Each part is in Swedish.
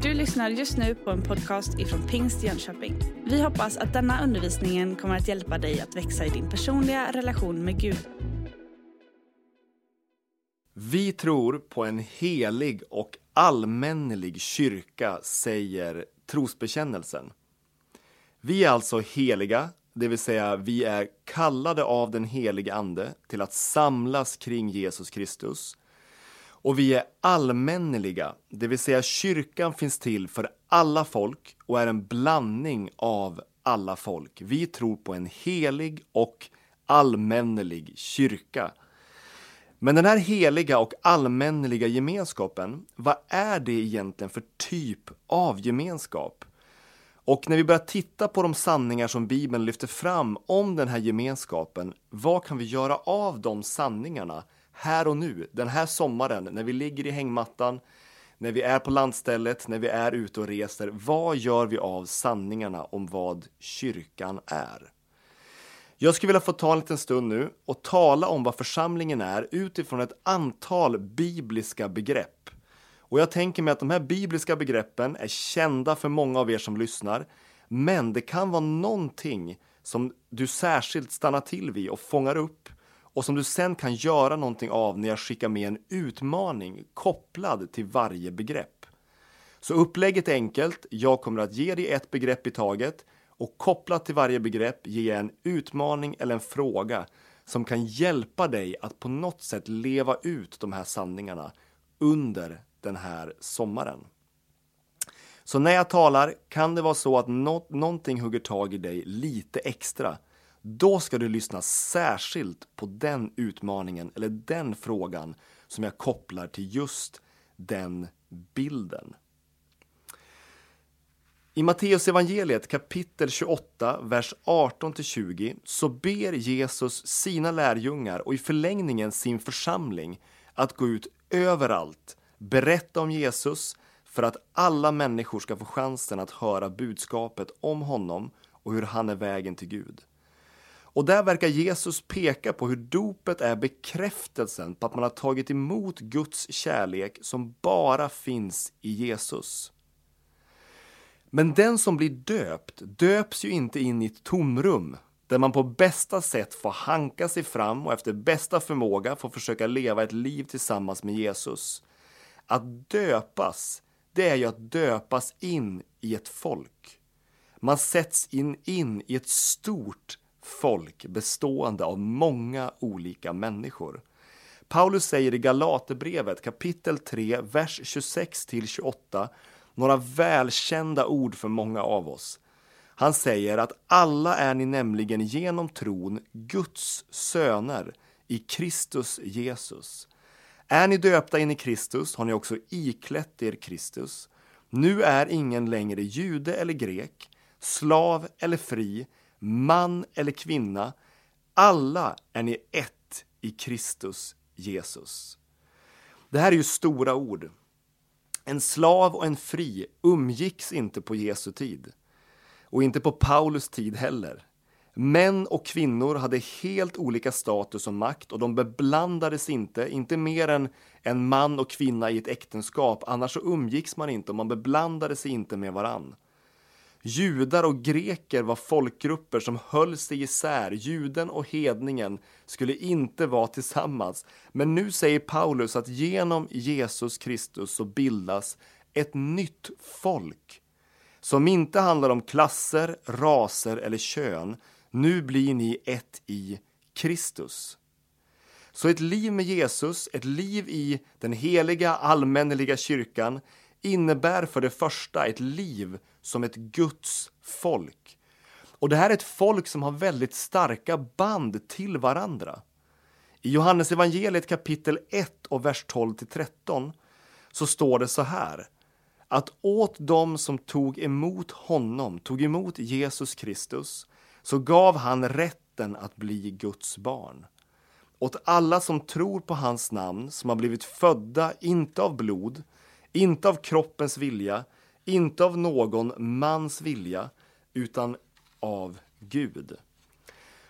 Du lyssnar just nu på en podcast ifrån Pingst Jönköping. Vi hoppas att denna undervisning kommer att hjälpa dig att växa i din personliga relation med Gud. Vi tror på en helig och allmännelig kyrka, säger trosbekännelsen. Vi är alltså heliga, det vill säga vi är kallade av den helige ande till att samlas kring Jesus Kristus. Och vi är allmänneliga, det vill säga kyrkan finns till för alla folk och är en blandning av alla folk. Vi tror på en helig och allmännelig kyrka. Men den här heliga och allmänneliga gemenskapen, vad är det egentligen för typ av gemenskap? Och när vi börjar titta på de sanningar som Bibeln lyfter fram om den här gemenskapen, vad kan vi göra av de sanningarna här och nu, den här sommaren, när vi ligger i hängmattan, när vi är på landstället, när vi är ute och reser? Vad gör vi av sanningarna om vad kyrkan är? Jag skulle vilja få ta en liten stund nu och tala om vad församlingen är utifrån ett antal bibliska begrepp. Och jag tänker mig att de här bibliska begreppen är kända för många av er som lyssnar, men det kan vara någonting som du särskilt stannar till vid och fångar upp och som du sen kan göra någonting av när jag skickar med en utmaning kopplad till varje begrepp. Så upplägget är enkelt. Jag kommer att ge dig ett begrepp i taget och kopplat till varje begrepp ge en utmaning eller en fråga som kan hjälpa dig att på något sätt leva ut de här sanningarna under den här sommaren. Så när jag talar kan det vara så att någonting hugger tag i dig lite extra. Då ska du lyssna särskilt på den utmaningen eller den frågan som jag kopplar till just den bilden. I Matteus evangeliet kapitel 28, vers 18-20 så ber Jesus sina lärjungar och i förlängningen sin församling att gå ut överallt, berätta om Jesus för att alla människor ska få chansen att höra budskapet om honom och hur han är vägen till Gud. Och där verkar Jesus peka på hur dopet är bekräftelsen på att man har tagit emot Guds kärlek som bara finns i Jesus. Men den som blir döpt döps ju inte in i ett tomrum där man på bästa sätt får hanka sig fram och efter bästa förmåga får försöka leva ett liv tillsammans med Jesus. Att döpas, det är ju att döpas in i ett folk. Man sätts in i ett stort folk bestående av många olika människor. Paulus säger i Galaterbrevet kapitel 3, vers 26-28 några välkända ord för många av oss. Han säger att alla är ni nämligen genom tron Guds söner i Kristus Jesus. Är ni döpta in i Kristus har ni också iklätt er Kristus. Nu är ingen längre jude eller grek, slav eller fri, man eller kvinna. Alla är ni ett i Kristus Jesus. Det här är ju stora ord. En slav och en fri umgicks inte på Jesu tid. Och inte på Paulus tid heller. Män och kvinnor hade helt olika status och makt och de beblandades inte mer än en man och kvinna i ett äktenskap. Annars så umgicks man inte och man beblandade sig inte med varann. Judar och greker var folkgrupper som höll sig isär. Juden och hedningen skulle inte vara tillsammans. Men nu säger Paulus att genom Jesus Kristus så bildas ett nytt folk. Som inte handlar om klasser, raser eller kön. Nu blir ni ett i Kristus. Så ett liv med Jesus, ett liv i den heliga allmänneliga kyrkan innebär för det första ett liv som ett Guds folk. Och det här är ett folk som har väldigt starka band till varandra. I Johannes evangeliet kapitel 1 och vers 12-13 så står det så här. Att åt dem som tog emot Jesus Kristus, så gav han rätten att bli Guds barn. Åt alla som tror på hans namn, som har blivit födda inte av blod, inte av kroppens vilja, inte av någon mans vilja, utan av Gud.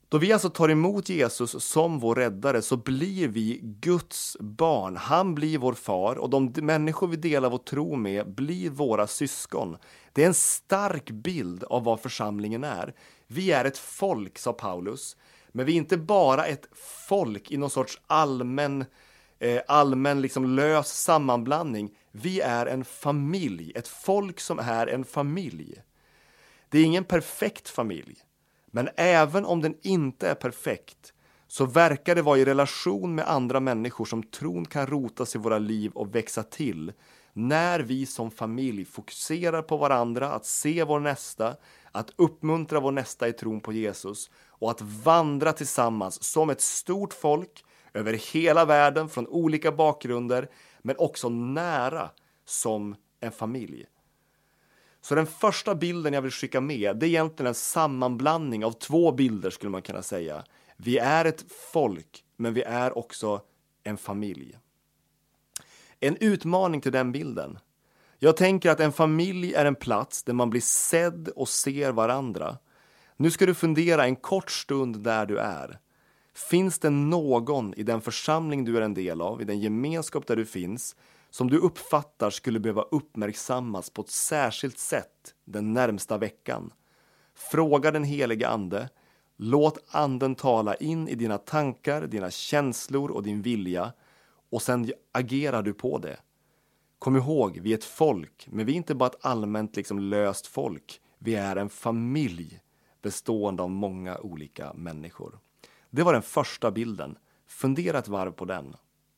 Då vi alltså tar emot Jesus som vår räddare så blir vi Guds barn. Han blir vår far och de människor vi delar vår tro med blir våra syskon. Det är en stark bild av vad församlingen är. Vi är ett folk, sa Paulus, men vi är inte bara ett folk i någon sorts allmän liksom lös sammanblandning. Vi är en familj, ett folk som är en familj. Det är ingen perfekt familj. Men även om den inte är perfekt så verkar det vara i relation med andra människor som tron kan rotas i våra liv och växa till. När vi som familj fokuserar på varandra, att se vår nästa, att uppmuntra vår nästa i tron på Jesus och att vandra tillsammans som ett stort folk över hela världen från olika bakgrunder men också nära som en familj. Så den första bilden jag vill skicka med, det är egentligen en sammanblandning av två bilder skulle man kunna säga. Vi är ett folk, men vi är också en familj. En utmaning till den bilden. Jag tänker att en familj är en plats där man blir sedd och ser varandra. Nu ska du fundera en kort stund där du är. Finns det någon i den församling du är en del av, i den gemenskap där du finns, som du uppfattar skulle behöva uppmärksammas på ett särskilt sätt den närmsta veckan? Fråga den helige ande. Låt anden tala in i dina tankar, dina känslor och din vilja. Och sen agerar du på det. Kom ihåg, vi är ett folk, men vi är inte bara ett allmänt löst folk. Vi är en familj bestående av många olika människor. Det var den första bilden. Fundera ett varv på den.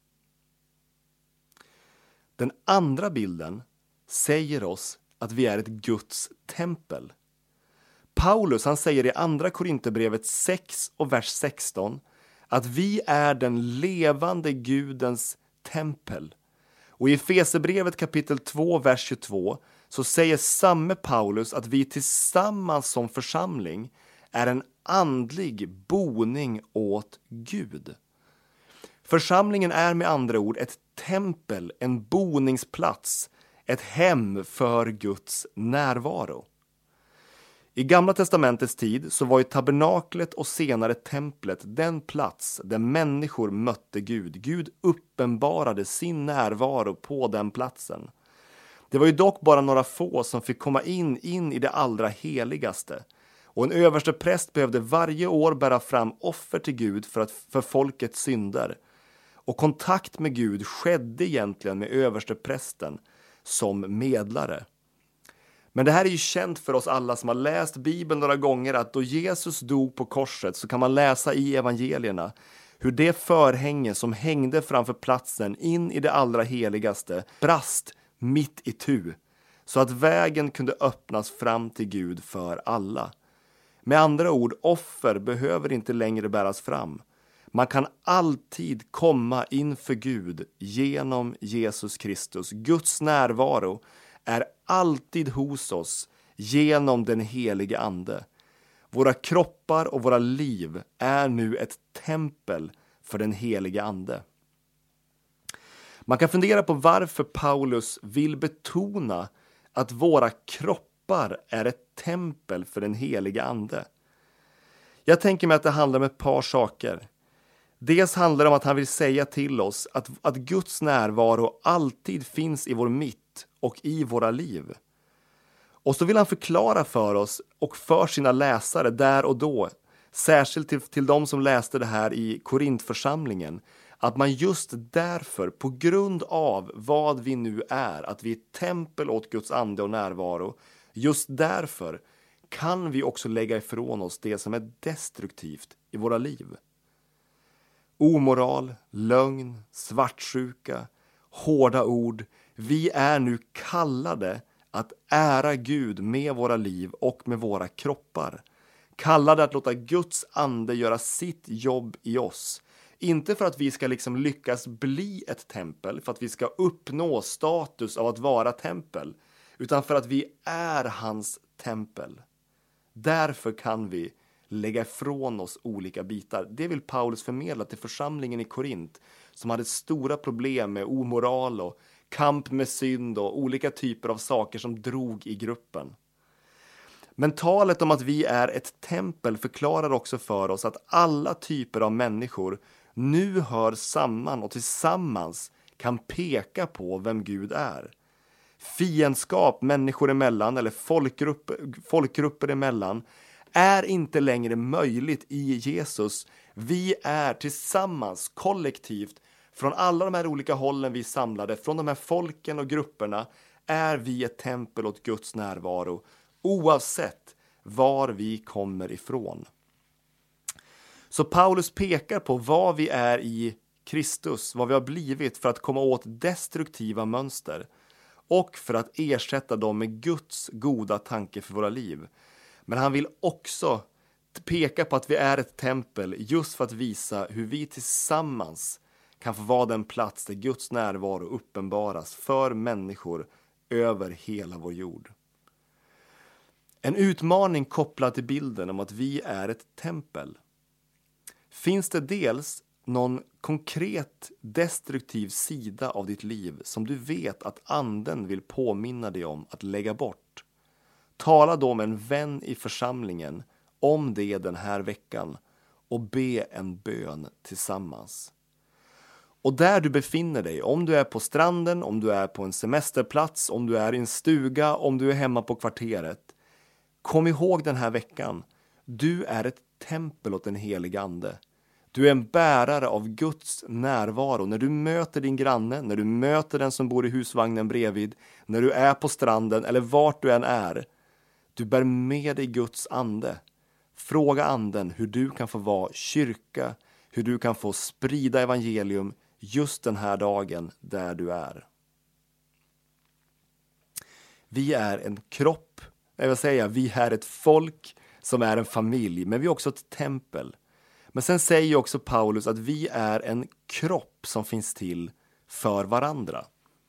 Den andra bilden säger oss att vi är ett Guds tempel. Paulus, han säger i andra Korinthierbrevet 6 och vers 16 att vi är den levande Gudens tempel. Och i Efesierbrevet kapitel 2 vers 22 så säger samme Paulus att vi tillsammans som församling är en andlig boning åt Gud. Församlingen är med andra ord ett tempel, en boningsplats, ett hem för Guds närvaro. I Gamla testamentets tid så var ju tabernaklet och senare templet den plats där människor mötte Gud. Gud uppenbarade sin närvaro på den platsen. Det var ju dock bara några få som fick komma in i det allra heligaste. Och en överstepräst behövde varje år bära fram offer till Gud för folkets synder. Och kontakt med Gud skedde egentligen med översteprästen som medlare. Men det här är ju känt för oss alla som har läst Bibeln några gånger, att då Jesus dog på korset så kan man läsa i evangelierna hur det förhänge som hängde framför platsen in i det allra heligaste brast mitt itu, så att vägen kunde öppnas fram till Gud för alla. Med andra ord, offer behöver inte längre bäras fram. Man kan alltid komma inför Gud genom Jesus Kristus. Guds närvaro är alltid hos oss genom den helige ande. Våra kroppar och våra liv är nu ett tempel för den helige ande. Man kan fundera på varför Paulus vill betona att våra kroppar är ett tempel för den helige ande. Jag tänker mig att det handlar om ett par saker. Dels handlar det om att han vill säga till oss att Guds närvaro alltid finns i vår mitt och i våra liv. Och så vill han förklara för oss och för sina läsare där och då, särskilt till de som läste det här i Korintförsamlingen, att man just därför, på grund av vad vi nu är, att vi är ett tempel åt Guds ande och närvaro, just därför kan vi också lägga ifrån oss det som är destruktivt i våra liv. Omoral, lögn, svartsjuka, hårda ord. Vi är nu kallade att ära Gud med våra liv och med våra kroppar. Kallade att låta Guds ande göra sitt jobb i oss. Inte för att vi ska lyckas bli ett tempel, för att vi ska uppnå status av att vara tempel, utan för att vi är hans tempel. Därför kan vi lägga ifrån oss olika bitar. Det vill Paulus förmedla till församlingen i Korint, som hade stora problem med omoral och kamp med synd och olika typer av saker som drog i gruppen. Men talet om att vi är ett tempel förklarar också för oss att alla typer av människor nu hör samman och tillsammans kan peka på vem Gud är. Fiendskap människor emellan eller folkgrupper emellan är inte längre möjligt i Jesus. Vi är tillsammans, kollektivt, från alla de här olika hållen vi samlade, från de här folken och grupperna, är vi ett tempel åt Guds närvaro, oavsett var vi kommer ifrån. Så Paulus pekar på vad vi är i Kristus, vad vi har blivit för att komma åt destruktiva mönster och för att ersätta dem med Guds goda tanke för våra liv. Men han vill också peka på att vi är ett tempel just för att visa hur vi tillsammans kan få vara den plats där Guds närvaro uppenbaras för människor över hela vår jord. En utmaning kopplad till bilden om att vi är ett tempel. Finns det dels någon konkret destruktiv sida av ditt liv som du vet att anden vill påminna dig om att lägga bort? Tala då med en vän i församlingen om det den här veckan och be en bön tillsammans. Och där du befinner dig, om du är på stranden, om du är på en semesterplats, om du är i en stuga, om du är hemma på kvarteret, kom ihåg den här veckan, du är ett tempel åt den helige ande. Du är en bärare av Guds närvaro. När du möter din granne, när du möter den som bor i husvagnen bredvid, när du är på stranden eller vart du än är, du bär med dig Guds ande. Fråga anden hur du kan få vara kyrka, hur du kan få sprida evangelium just den här dagen där du är. Vi är en kropp, vi är ett folk som är en familj, men vi är också ett tempel. Men sen säger också Paulus att vi är en kropp som finns till för varandra.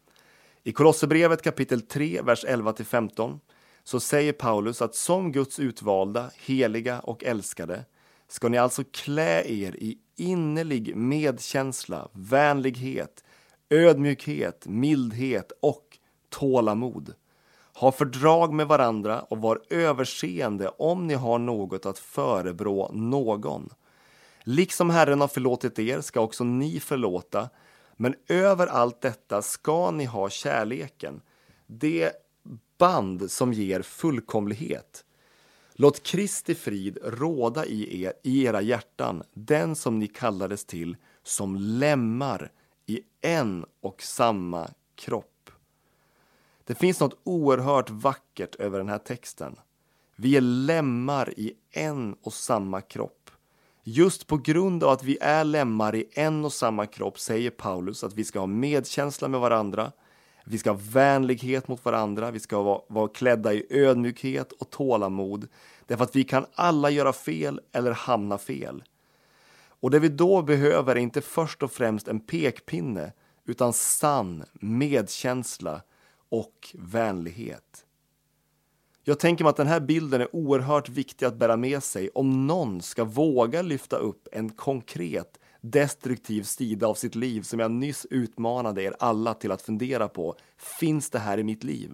I Kolosserbrevet kapitel 3, vers 11-15 så säger Paulus att som Guds utvalda, heliga och älskade ska ni alltså klä er i innerlig medkänsla, vänlighet, ödmjukhet, mildhet och tålamod. Ha fördrag med varandra och var överseende om ni har något att förebrå någon. Liksom Herren har förlåtit er ska också ni förlåta, men över allt detta ska ni ha kärleken, det band som ger fullkomlighet. Låt Kristi frid råda i era hjärtan, den som ni kallades till, som lemmar i en och samma kropp. Det finns något oerhört vackert över den här texten. Vi är lemmar i en och samma kropp. Just på grund av att vi är lemmar i en och samma kropp säger Paulus att vi ska ha medkänsla med varandra, vi ska ha vänlighet mot varandra, vi ska vara klädda i ödmjukhet och tålamod, därför att vi kan alla göra fel eller hamna fel. Och det vi då behöver är inte först och främst en pekpinne, utan sann medkänsla och vänlighet. Jag tänker mig att den här bilden är oerhört viktig att bära med sig om någon ska våga lyfta upp en konkret destruktiv sida av sitt liv som jag nyss utmanade er alla till att fundera på. Finns det här i mitt liv?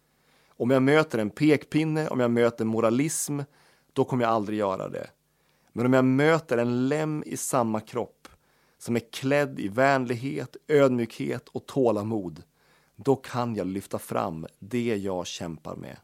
Om jag möter en pekpinne, om jag möter moralism, då kommer jag aldrig göra det. Men om jag möter en lem i samma kropp som är klädd i vänlighet, ödmjukhet och tålamod, då kan jag lyfta fram det jag kämpar med.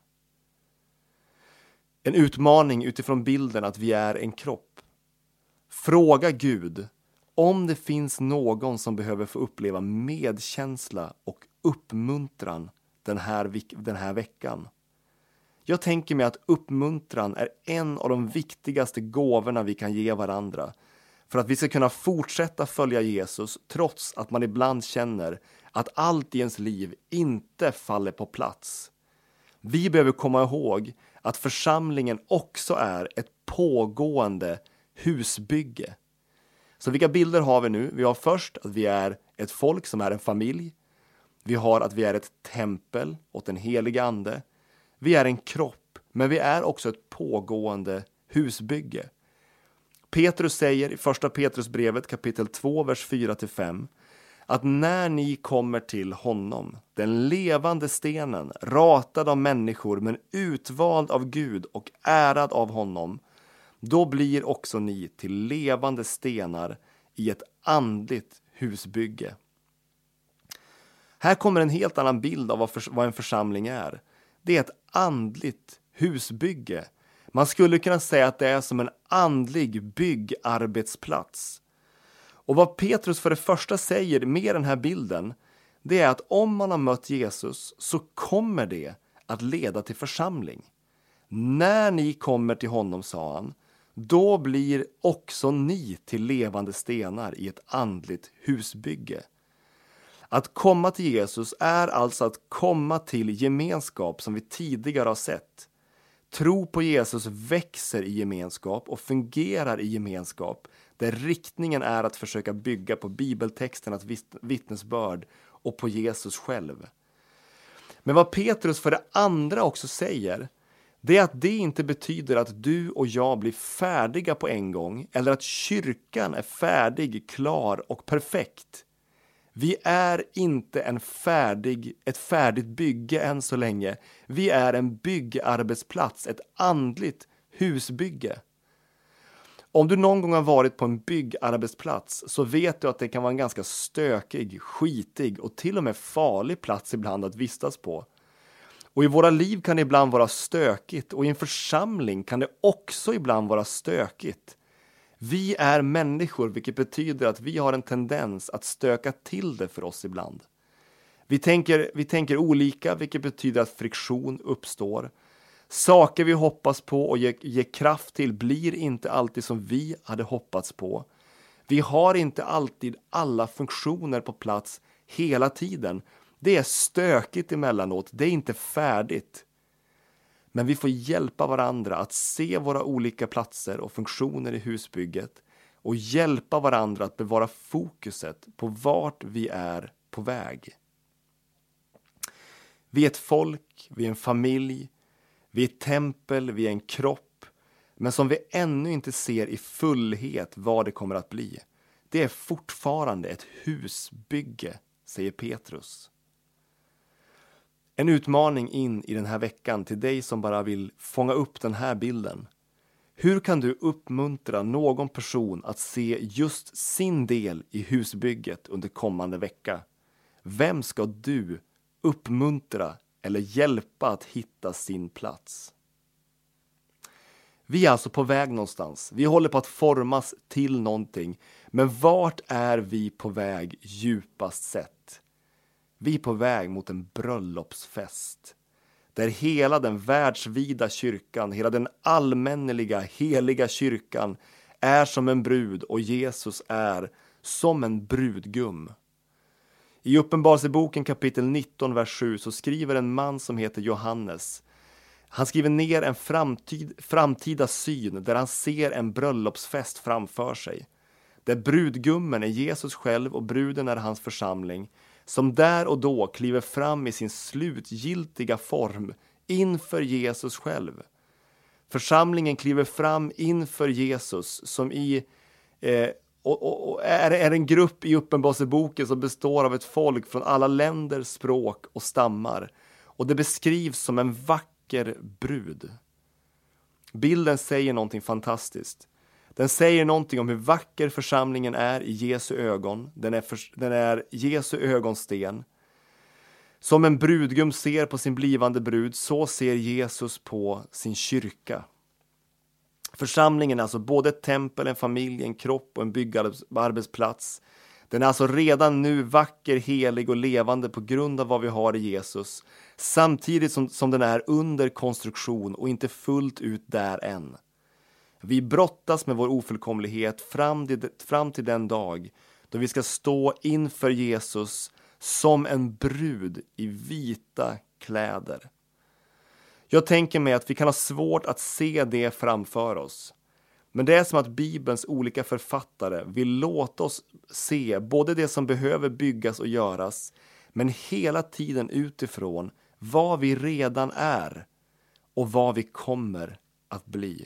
En utmaning utifrån bilden att vi är en kropp. Fråga Gud om det finns någon som behöver få uppleva medkänsla och uppmuntran den här veckan. Jag tänker mig att uppmuntran är en av de viktigaste gåvorna vi kan ge varandra för att vi ska kunna fortsätta följa Jesus trots att man ibland känner att allt i ens liv inte faller på plats. Vi behöver komma ihåg att församlingen också är ett pågående husbygge. Så vilka bilder har vi nu? Vi har först att vi är ett folk som är en familj. Vi har att vi är ett tempel åt den helige ande. Vi är en kropp, men vi är också ett pågående husbygge. Petrus säger i första Petrusbrevet kapitel 2, vers 4-5 att när ni kommer till honom, den levande stenen, ratad av människor men utvald av Gud och ärad av honom, då blir också ni till levande stenar i ett andligt husbygge. Här kommer en helt annan bild av vad en församling är. Det är ett andligt husbygge. Man skulle kunna säga att det är som en andlig byggarbetsplats. Och vad Petrus för det första säger med den här bilden, det är att om man har mött Jesus så kommer det att leda till församling. När ni kommer till honom, sa han, då blir också ni till levande stenar i ett andligt husbygge. Att komma till Jesus är alltså att komma till gemenskap som vi tidigare har sett. Tro på Jesus växer i gemenskap och fungerar i gemenskap, där riktningen är att försöka bygga på bibeltexternas vittnesbörd och på Jesus själv. Men vad Petrus för det andra också säger, det är att det inte betyder att du och jag blir färdiga på en gång, eller att kyrkan är färdig, klar och perfekt. Vi är inte ett färdigt bygge än så länge. Vi är en byggarbetsplats, ett andligt husbygge. Om du någon gång har varit på en byggarbetsplats så vet du att det kan vara en ganska stökig, skitig och till och med farlig plats ibland att vistas på. Och i våra liv kan det ibland vara stökigt, och i en församling kan det också ibland vara stökigt. Vi är människor, vilket betyder att vi har en tendens att stöka till det för oss ibland. Vi tänker olika, vilket betyder att friktion uppstår. Saker vi hoppas på och ger kraft till blir inte alltid som vi hade hoppats på. Vi har inte alltid alla funktioner på plats hela tiden. Det är stökigt emellanåt, det är inte färdigt. Men vi får hjälpa varandra att se våra olika platser och funktioner i husbygget och hjälpa varandra att bevara fokuset på vart vi är på väg. Vi är ett folk, vi är en familj, vi är ett tempel, vi är en kropp, men som vi ännu inte ser i fullhet vad det kommer att bli. Det är fortfarande ett husbygge, säger Petrus. En utmaning in i den här veckan till dig som bara vill fånga upp den här bilden. Hur kan du uppmuntra någon person att se just sin del i husbygget under kommande vecka? Vem ska du uppmuntra eller hjälpa att hitta sin plats? Vi är alltså på väg någonstans. Vi håller på att formas till någonting. Men vart är vi på väg djupast sett? Vi är på väg mot en bröllopsfest. Där hela den världsvida kyrkan, hela den allmänneliga, heliga kyrkan är som en brud och Jesus är som en brudgum. I Uppenbarelseboken kapitel 19, vers 7 så skriver en man som heter Johannes. Han skriver ner en framtida syn där han ser en bröllopsfest framför sig. Där brudgummen är Jesus själv och bruden är hans församling, som där och då kliver fram i sin slutgiltiga form inför Jesus själv. Församlingen kliver fram inför Jesus som är en grupp i Uppenbarelseboken som består av ett folk från alla länder, språk och stammar. Och det beskrivs som en vacker brud. Bilden säger någonting fantastiskt. Den säger någonting om hur vacker församlingen är i Jesu ögon. Den är Jesu ögonsten. Som en brudgum ser på sin blivande brud, så ser Jesus på sin kyrka. Församlingen är alltså både ett tempel, en familj, en kropp och en byggarbetsplats. Den är alltså redan nu vacker, helig och levande på grund av vad vi har i Jesus. Samtidigt som den är under konstruktion och inte fullt ut där än. Vi brottas med vår ofullkomlighet fram till den dag då vi ska stå inför Jesus som en brud i vita kläder. Jag tänker mig att vi kan ha svårt att se det framför oss. Men det är som att Bibelns olika författare vill låta oss se både det som behöver byggas och göras, men hela tiden utifrån vad vi redan är och vad vi kommer att bli.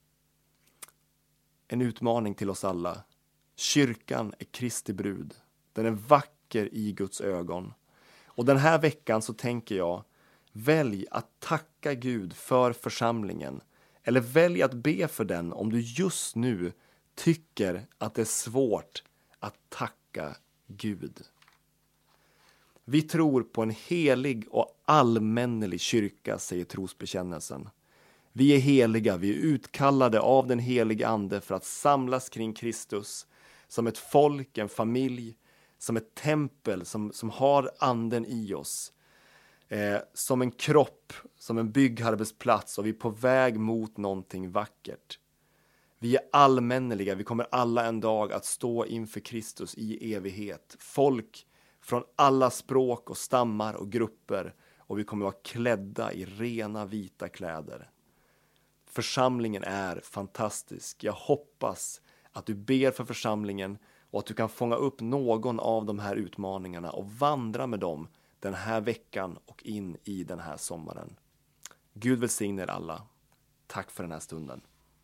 En utmaning till oss alla. Kyrkan är Kristi brud. Den är vacker i Guds ögon. Och den här veckan så tänker jag, välj att tacka Gud för församlingen. Eller välj att be för den om du just nu tycker att det är svårt att tacka Gud. Vi tror på en helig och allmännelig kyrka, säger trosbekännelsen. Vi är heliga, vi är utkallade av den heliga ande för att samlas kring Kristus som ett folk, en familj, som ett tempel som har anden i oss. Som en kropp, som en byggarbetsplats, och vi är på väg mot någonting vackert. Vi är allmänneliga, vi kommer alla en dag att stå inför Kristus i evighet. Folk från alla språk och stammar och grupper, och vi kommer vara klädda i rena vita kläder. Församlingen är fantastisk. Jag hoppas att du ber för församlingen och att du kan fånga upp någon av de här utmaningarna och vandra med dem den här veckan och in i den här sommaren. Gud välsigne er alla. Tack för den här stunden.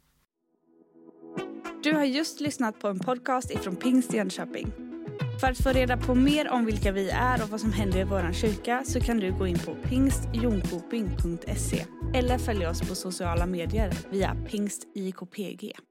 Du har just lyssnat på en podcast ifrån Pingst Jönköping. För att få reda på mer om vilka vi är och vad som händer i våran kyrka så kan du gå in på pingstjonkoping.se eller följa oss på sociala medier via pingstjkpg.